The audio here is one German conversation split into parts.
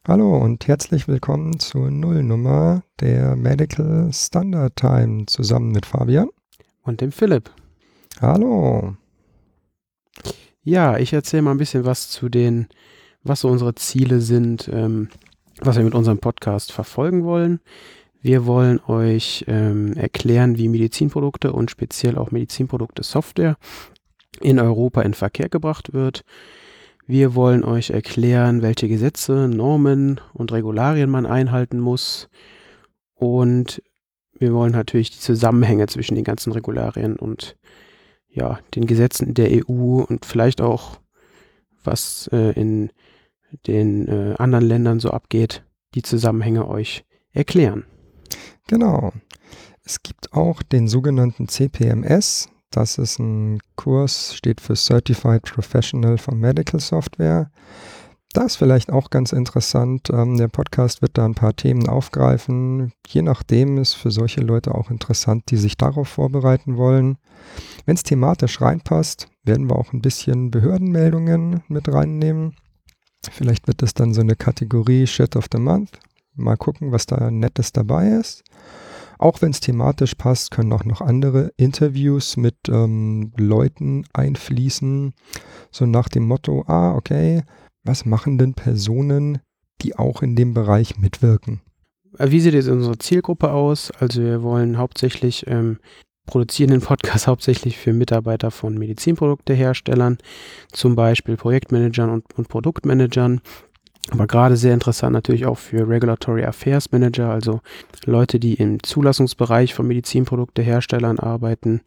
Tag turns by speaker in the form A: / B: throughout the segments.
A: Hallo und herzlich willkommen zur Nullnummer der Medical Standard Time zusammen mit Fabian.
B: Und dem Philipp.
A: Hallo.
B: Ja, ich erzähle mal ein bisschen was was so unsere Ziele sind, was wir mit unserem Podcast verfolgen wollen. Wir wollen euch erklären, wie Medizinprodukte und speziell auch Medizinprodukte-Software in Europa in Verkehr gebracht wird. Wir wollen euch erklären, welche Gesetze, Normen und Regularien man einhalten muss. Und wir wollen natürlich die Zusammenhänge zwischen den ganzen Regularien und den Gesetzen der EU und vielleicht auch, was in den anderen Ländern so abgeht, die Zusammenhänge euch erklären.
A: Genau. Es gibt auch den sogenannten CPMS. Das ist ein Kurs, steht für Certified Professional for Medical Software. Das ist vielleicht auch ganz interessant. Der Podcast wird da ein paar Themen aufgreifen. Je nachdem ist für solche Leute auch interessant, die sich darauf vorbereiten wollen. Wenn es thematisch reinpasst, werden wir auch ein bisschen Behördenmeldungen mit reinnehmen. Vielleicht wird es dann so eine Kategorie Shit of the Month. Mal gucken, was da Nettes dabei ist. Auch wenn es thematisch passt, können auch noch andere Interviews mit Leuten einfließen. So nach dem Motto, okay, was machen denn Personen, die auch in dem Bereich mitwirken?
B: Wie sieht jetzt unsere Zielgruppe aus? Also wir wollen hauptsächlich produzieren den Podcast hauptsächlich für Mitarbeiter von Medizinprodukteherstellern, zum Beispiel Projektmanagern und Produktmanagern. Aber gerade sehr interessant natürlich auch für Regulatory Affairs Manager, also Leute, die im Zulassungsbereich von Medizinprodukteherstellern arbeiten,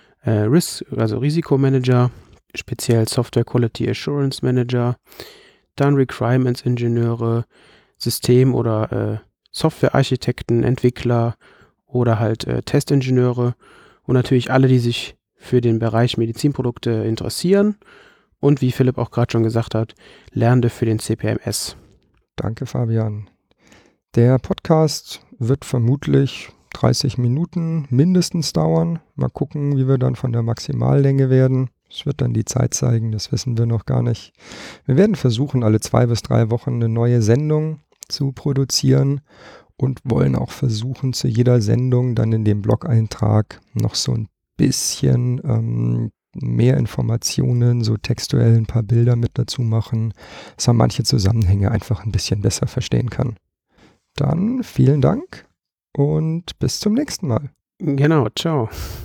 B: Risikomanager, speziell Software Quality Assurance Manager, dann Requirements Ingenieure, System- oder Softwarearchitekten, Entwickler oder halt Testingenieure und natürlich alle, die sich für den Bereich Medizinprodukte interessieren und wie Philipp auch gerade schon gesagt hat, Lernende für den CPMS.
A: Danke, Fabian. Der Podcast wird vermutlich 30 Minuten mindestens dauern. Mal gucken, wie wir dann von der Maximallänge werden. Es wird dann die Zeit zeigen, das wissen wir noch gar nicht. Wir werden versuchen, alle 2 bis 3 Wochen eine neue Sendung zu produzieren und wollen auch versuchen, zu jeder Sendung dann in dem Blog-Eintrag noch so ein bisschen mehr Informationen, so textuell ein paar Bilder mit dazu machen, dass man manche Zusammenhänge einfach ein bisschen besser verstehen kann. Dann vielen Dank und bis zum nächsten Mal.
B: Genau, ciao.